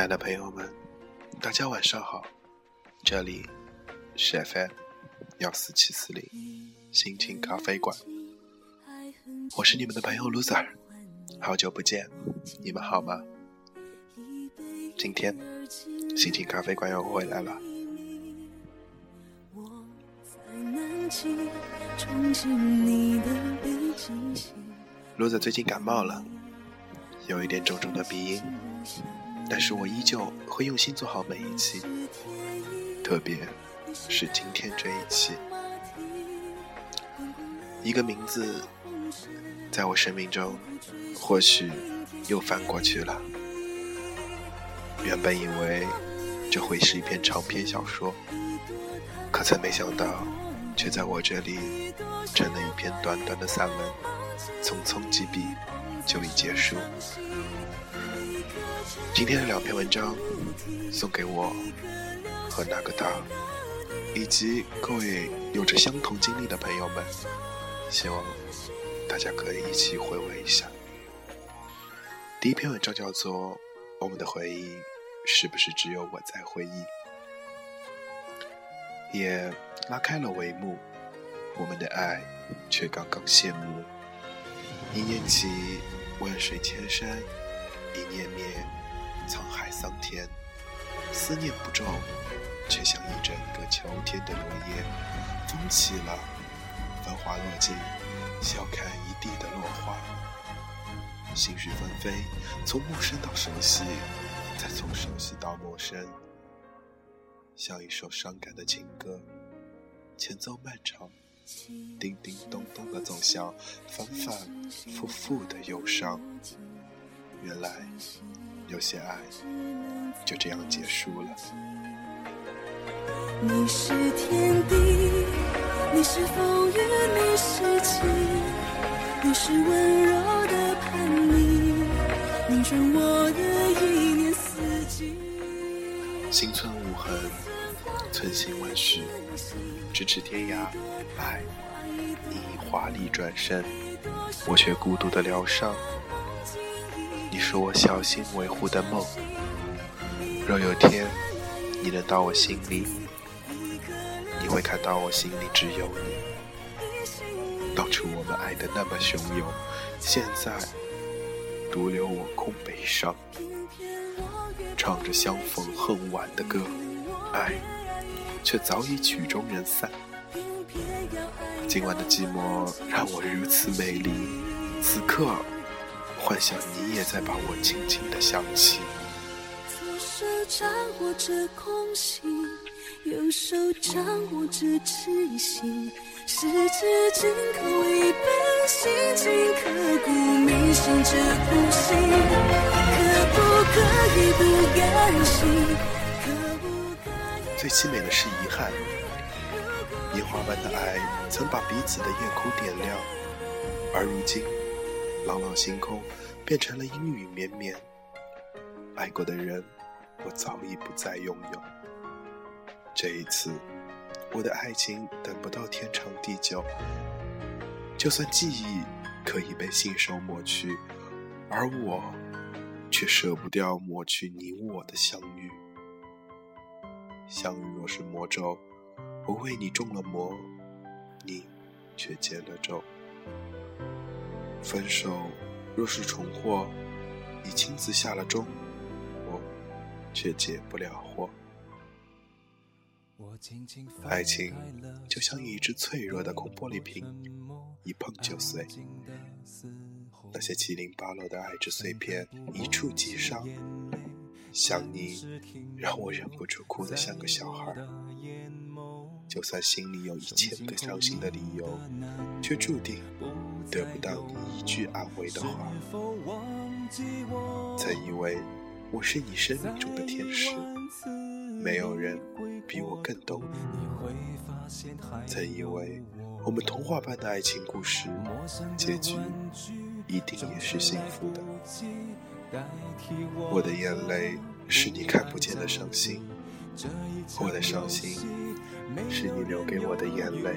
爱的朋友们，大家晚上好，这里是 FM14740心情咖啡馆，我是你们的朋友 Loser， 好久不见，你们好吗？今天心情咖啡馆又回来了。Loser 最近感冒了，有一点重重的鼻音，但是我依旧会用心做好每一期，特别是今天这一期。一个名字在我生命中或许又翻过去了，原本以为这会是一篇长篇小说，可曾没想到却在我这里成了一篇短短的散文，匆匆几笔就已结束。今天的2篇文章送给我和那个他，以及各位有着相同经历的朋友们，希望大家可以一起回味一下。第一篇文章叫做《我们的回忆是不是只有我在回忆》，也拉开了帷幕，我们的爱却刚刚谢幕。一念起万水千山，一念灭沧海桑田，思念不重，却像一整个秋天的落叶，风起了，繁华落尽，笑看一地的落花。心绪纷飞，从陌生到熟悉，再从熟悉到陌生，像一首伤感的情歌，前奏漫长，叮叮咚咚地走向反反复复的忧伤。原来有些爱就这样结束了。 你是天地，你是风雨，你是情，你是温柔的叛逆，拧转我的一年四季。 心存无痕，寸心万绪，咫尺天涯，爱你华丽转身，我却孤独的疗伤。你是我小心维护的梦，若有天你能到我心里，你会看到我心里只有你。当初我们爱得那么汹涌，现在独留我空悲伤，唱着相逢恨晚的歌，爱却早已曲终人散。今晚的寂寞让我如此美丽，此刻幻想你也在把我轻轻地想起。 左手掌握着空心，右手掌握着痴心，十指紧扣一本心情刻骨铭心之苦心，可不可以不甘心？ 最凄美的是遗憾，烟花般的爱曾把彼此的夜空点亮，而如今朗朗星空变成了阴雨绵绵。爱过的人我早已不再拥有，这一次我的爱情等不到天长地久，就算记忆可以被信手抹去，而我却舍不掉抹去你我的相遇。相遇若是魔咒，我为你中了魔，你却解了咒。分手若是重获，你亲自下了钟，我却解不了惑。爱情就像一只脆弱的空玻璃瓶，一碰就碎，那些七零八落的爱之碎片一触即伤。想你让我忍不住哭得像个小孩，就算心里有1000个伤心的理由，却注定得不到你一句安慰的话。曾以为我是你生命中的天使，没有人比我更懂你。曾以为我们童话般的爱情故事结局一定也是幸福的。我的眼泪是你看不见的伤心，我的伤心是你留给我的眼泪。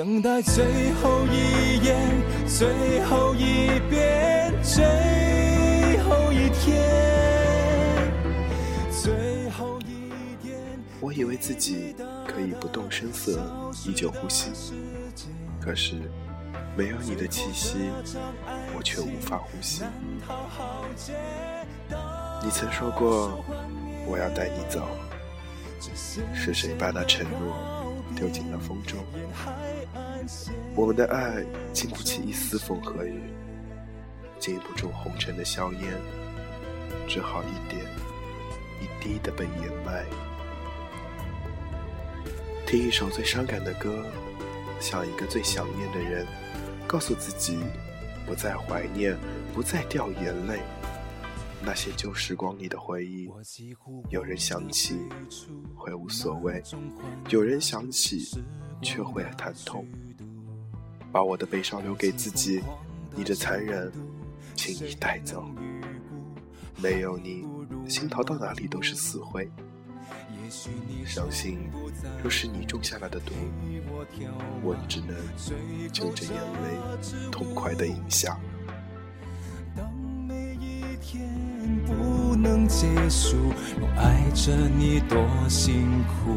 等待最后一眼，最后一遍，最后一天，最后一点。 我以为自己可以不动声色依旧呼吸，可是没有你的气息，我却无法呼吸。你曾说过我要带你走，是谁把那承诺丢进了风中？我们的爱经不起一丝风和雨，经不住红尘的硝烟，只好一点一滴地被掩埋。听一首最伤感的歌，像一个最想念的人，告诉自己不再怀念，不再掉眼泪。那些旧时光里的回忆，有人想起会无所谓，有人想起却会疼痛。把我的悲伤留给自己，你的残忍请你带走。没有你，心逃到哪里都是死灰。相信若是你种下了的毒，我只能就着眼泪痛快地饮下。 当每一天不能结束，我爱着你多辛苦。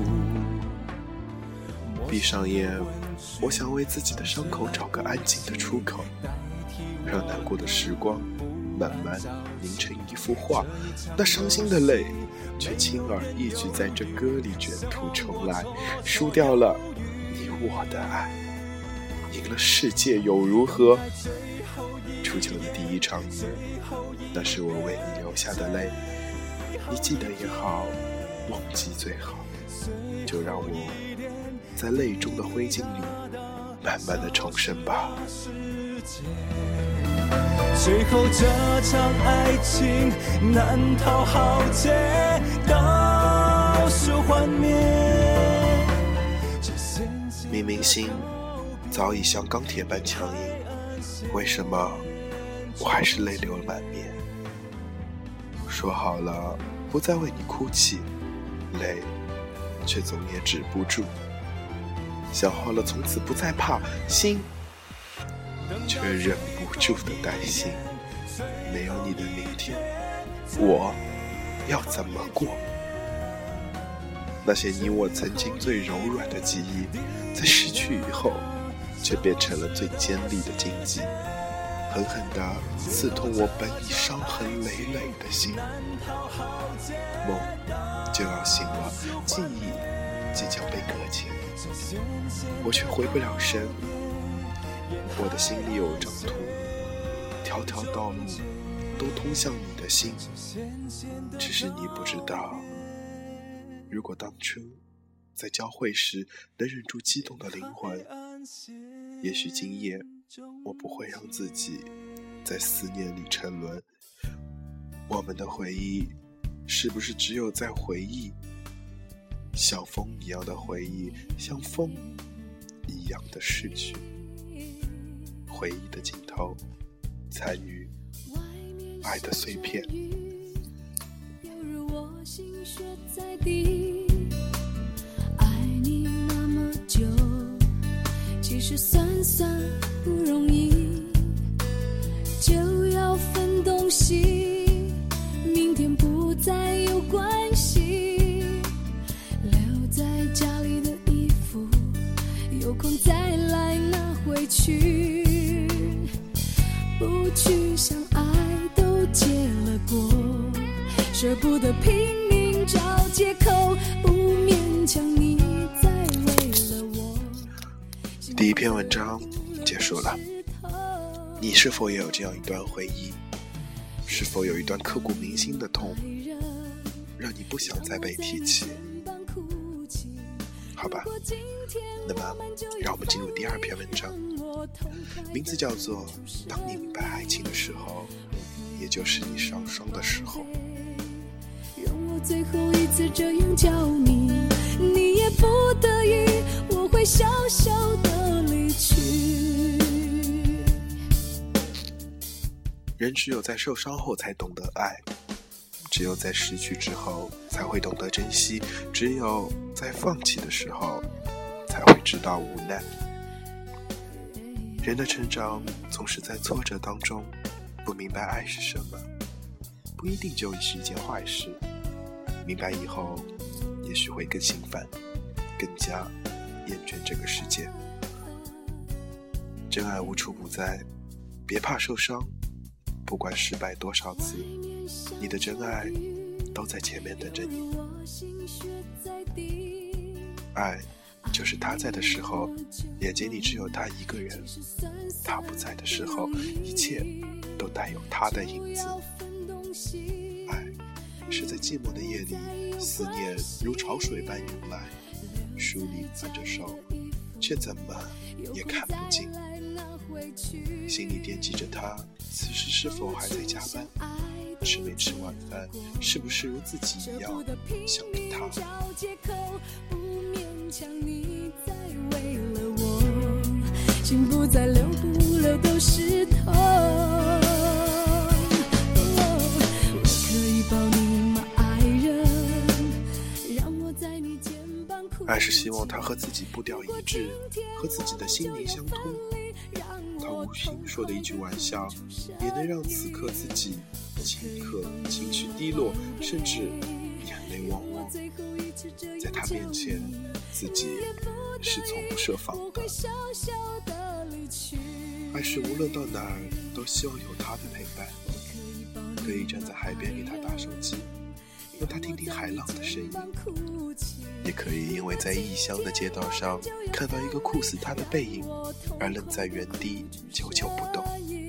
闭上眼，我想为自己的伤口找个安静的出口，让难过的时光慢慢凝成一幅画，那伤心的泪却轻而易举在这歌里卷土重来，输掉了你我的爱，赢了世界又如何？初秋的第一场雨，那是我为你流下的泪，你记得也好，忘记最好，就让我在泪中的灰烬里慢慢的重生吧。 最后这场爱情难逃浩劫，倒数幻灭。 明明心早已像钢铁般强硬，为什么我还是泪流满面？说好了不再为你哭泣，泪却总也止不住。想好了从此不再怕，心却忍不住的担心。没有你的明天，我要怎么过？那些你我曾经最柔软的记忆，在失去以后却变成了最尖利的荆棘，狠狠地刺痛我本已伤痕累累的心。梦就要醒了，记忆即将被搁浅，我却回不了神。我的心里有张图，条条道路都通向你的心，只是你不知道，如果当初在交汇时能忍住激动的灵魂，也许今夜我不会让自己在思念里沉沦。我们的回忆是不是只有在回忆，像风一样的回忆，像风一样的逝去？回忆的尽头，残余爱的碎片。 犹如我心血在地，爱你那么久，其实算不容易，就要分东西，明天不再有关系，留在家里的衣服，有空再来拿回去。不去想爱都结了果，舍不得拼命找借口，不勉强你再为了我。 第一篇文章结束了，你是否也有这样一段回忆？是否有一段刻骨铭心的痛，让你不想再被提起？好吧，那么让我们进入第二篇文章，名字叫做《当你明白爱情的时候，也就是你上霜的时候》。 让我最后一次这样叫你，你也不得已，我会小小的离去。 人只有在受伤后才懂得爱，只有在失去之后才会懂得珍惜，只有在放弃的时候才会知道无奈。 人的成长总是在挫折当中，不明白爱是什么，不一定就是一件坏事。明白以后，也许会更心烦，更加厌倦这个世界。真爱无处不在，别怕受伤，不管失败多少次，你的真爱都在前面等着你。爱就是他在的时候，眼睛里只有他一个人；他不在的时候，一切都带有他的影子。爱是在寂寞的夜里，思念如潮水般涌来，书里翻着手，却怎么也看不尽。心里惦记着他，此时是否还在加班？吃没吃晚饭？是不是如自己一样想着他？ 心不再流，不流都是痛。我可以抱你吗，爱人？让我在你肩膀哭。 爱是希望他和自己步调一致，和自己的心灵相通。他无心说的一句玩笑，也能让此刻自己顷刻情绪低落，甚至眼泪汪汪。在他面前，自己是从不设防的。爱是无论到哪儿都希望有他的陪伴，可以站在海边给他打手机，让他听听海浪的声音，也可以因为在异乡的街道上看到一个酷似他的背影而愣在原地久久不动。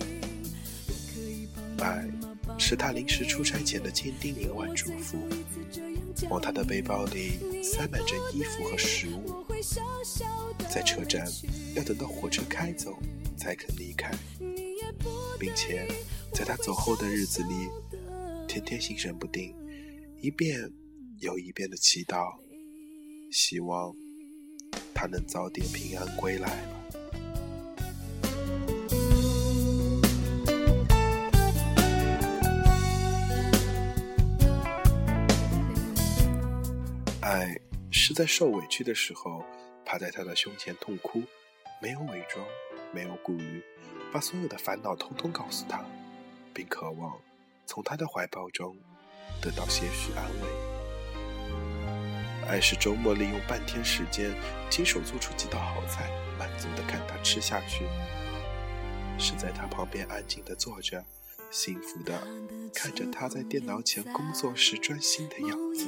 爱是他临时出差前的千叮咛万嘱咐，往他的背包里塞满着衣服和食物，在车站要等到火车开走才肯离开，并且在他走后的日子里天天心神不定，一遍又一遍的祈祷，希望他能早点平安归来吧。爱是在受委屈的时候趴在他的胸前痛哭，没有伪装，没有顾虑，把所有的烦恼通通告诉他，并渴望从他的怀抱中得到些许安慰。爱是周末利用半天时间亲手做出几道好菜，满足地看他吃下去，是在他旁边安静地坐着，幸福地看着他在电脑前工作时专心的样子。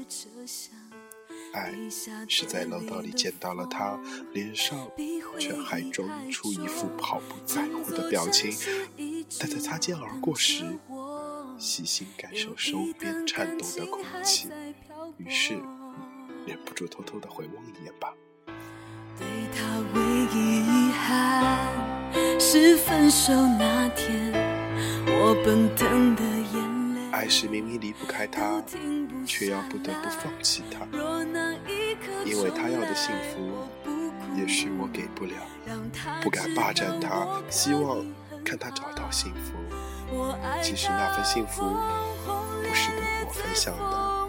爱是在楼道里见到了他，脸上却还装出一副毫不在乎的表情，但在擦肩而过时细心感受手边颤动的空气，于是忍不住偷偷地回望一眼吧。 对他唯一遗憾是分手那天我奔腾的眼泪。 爱是明明离不开他，却要不得不放弃他，因为他要的幸福也许我给不了，不敢霸占他，希望看他找到幸福，其实那份幸福不是跟我分享的。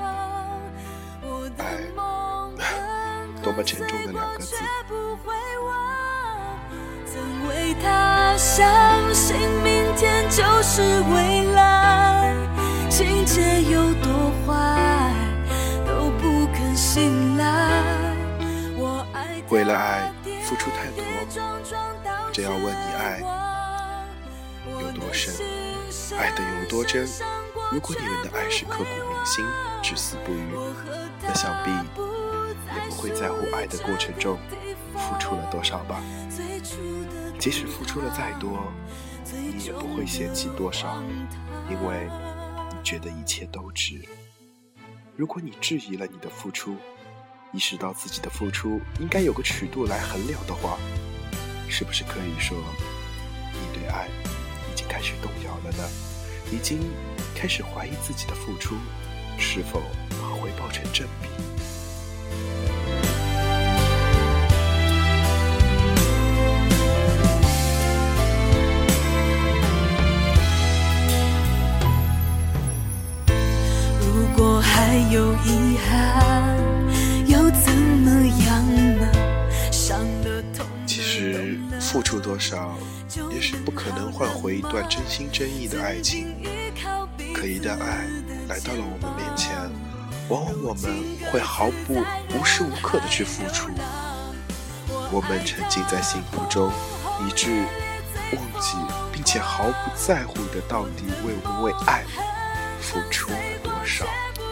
爱多么沉重的两个字。 曾为他相信明天就是未来，情节有多坏都不肯醒来。 为了爱付出太多，这要问你爱有多深，爱的有多真。如果你们的爱是刻骨铭心，至死不渝，那想必也不会在乎爱的过程中付出了多少吧。即使付出了再多，你也不会嫌弃多少，因为你觉得一切都值。如果你质疑了你的付出，意识到自己的付出应该有个尺度来衡量的话，是不是可以说你对爱已经开始动摇了呢？已经开始怀疑自己的付出是否和回报成正比。 如果还有遗憾，又怎么样呢？伤了痛。 其实付出多少，也许不可能换回一段真心真意的爱情，可一旦爱来到了我们面前，往往我们会无时无刻的去付出，我们沉浸在幸福中，以致忘记并且毫不在乎的到底为我们为爱付出了多少。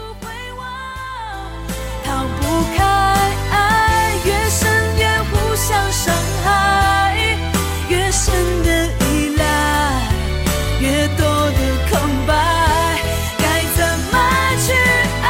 逃不开爱，越深越互相伤害，越深的依赖，越多的空白，该怎么去爱？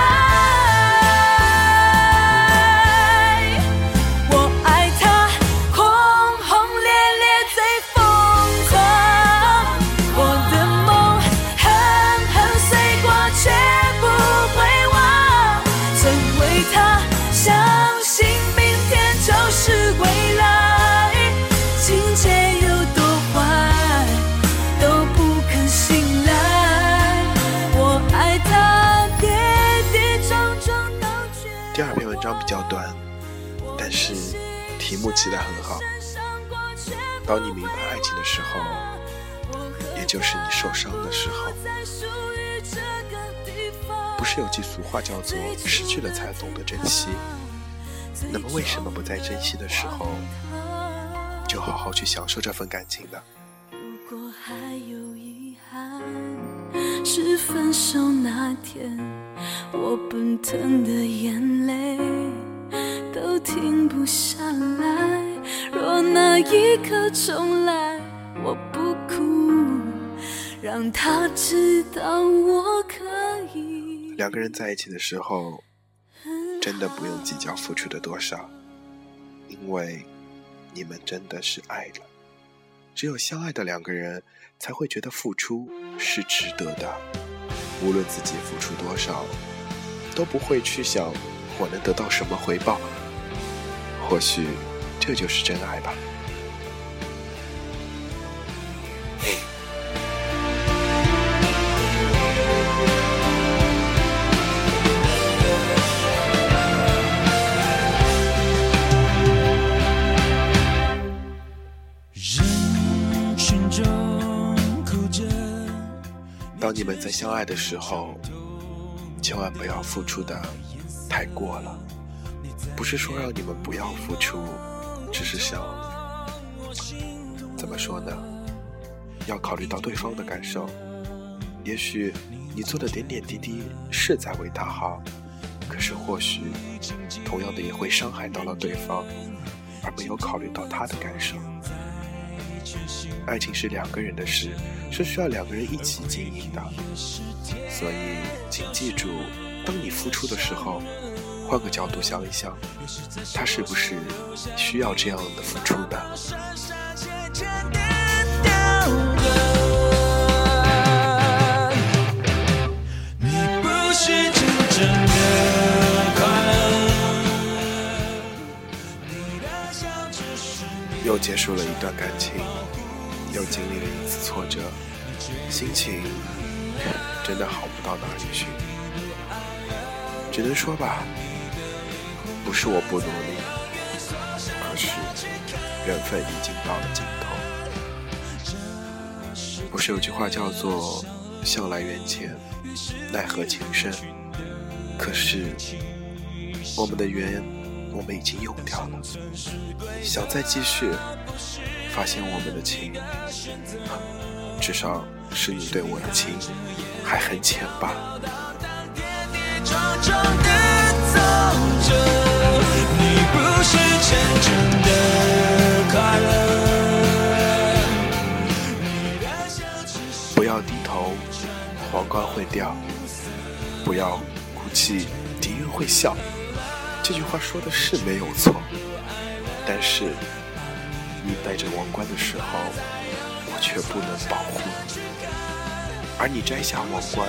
我爱他轰轰烈烈最疯狂，我的梦狠狠碎过却不会忘，成为他相信明天就是未来，情节有多坏都不肯醒来，我爱他跌跌撞撞到绝望。 第二篇文章比较短，但是题目起得很好。当你明白爱情的时候，也就是你受伤的时候。不是有句俗话叫做失去了才懂得珍惜，那么为什么不在珍惜的时候就好好去享受这份感情呢？ 如果还有遗憾，是分手那天我奔腾的眼泪都停不下来，若那一刻重来，我不哭，让他知道我可以。 两个人在一起的时候，真的不用计较付出的多少，因为你们真的是爱了。只有相爱的两个人才会觉得付出是值得的，无论自己付出多少，都不会去想我能得到什么回报。或许这就是真爱吧。当你们在相爱的时候，千万不要付出的太过了。不是说让你们不要付出，只是想怎么说呢，要考虑到对方的感受。也许你做的点点滴滴是在为他好，可是或许同样的也会伤害到了对方，而没有考虑到他的感受。爱情是两个人的事，是需要两个人一起经营的，所以请记住，当你付出的时候，换个角度想一想，他是不是需要这样的付出的？又结束了一段感情，又经历了一次挫折，心情真的好不到哪里去。只能说吧，不是我不努力，而是缘分已经到了尽头。不是有句话叫做向来缘浅，奈何情深，可是我们的缘我们已经用掉了，想再继续，发现我们的情至少是你对我的情还很浅吧。你不是真正的快乐，不要低头，皇冠会掉；不要哭泣，敌人会笑。这句话说的是没有错，但是你戴着王冠的时候，我却不能保护你，而你摘下王冠，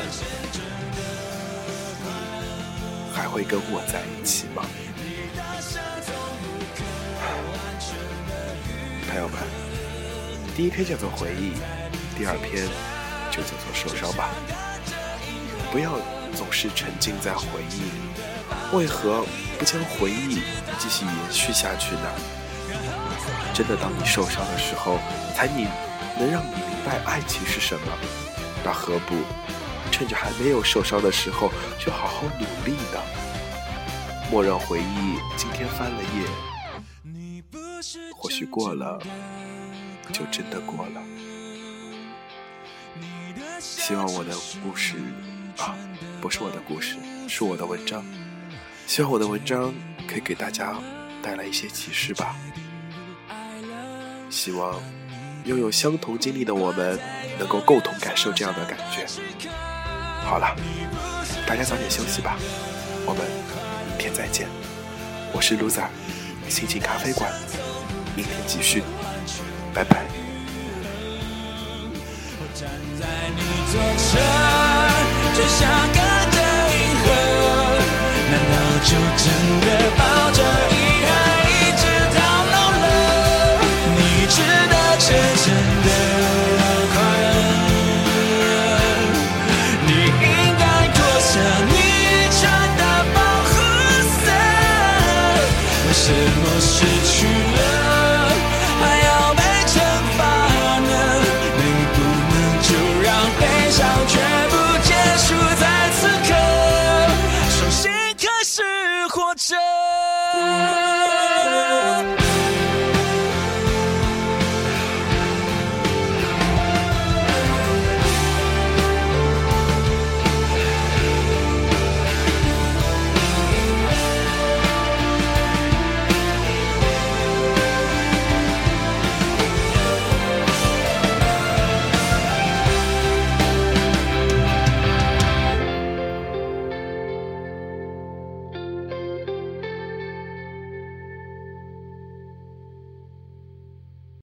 你还会跟我在一起吗？朋友们，第一篇叫做回忆，第二篇就叫做受伤吧。不要总是沉浸在回忆里，为何不将回忆继续延续下去呢？ 真的当你受伤的时候，才能让你明白爱情是什么。那何不趁着还没有受伤的时候就好好努力呢？莫让回忆今天翻了页，或许过了就真的过了。希望我的故事不是我的故事，是我的文章，希望我的文章可以给大家带来一些启示吧。希望拥有相同经历的我们能够共同感受这样的感觉。好了，大家早点休息吧，我们明天再见。我是 Loser， 心情咖啡馆，明天继续，拜拜。 我站在你左侧，就像隔着银河，难道就真的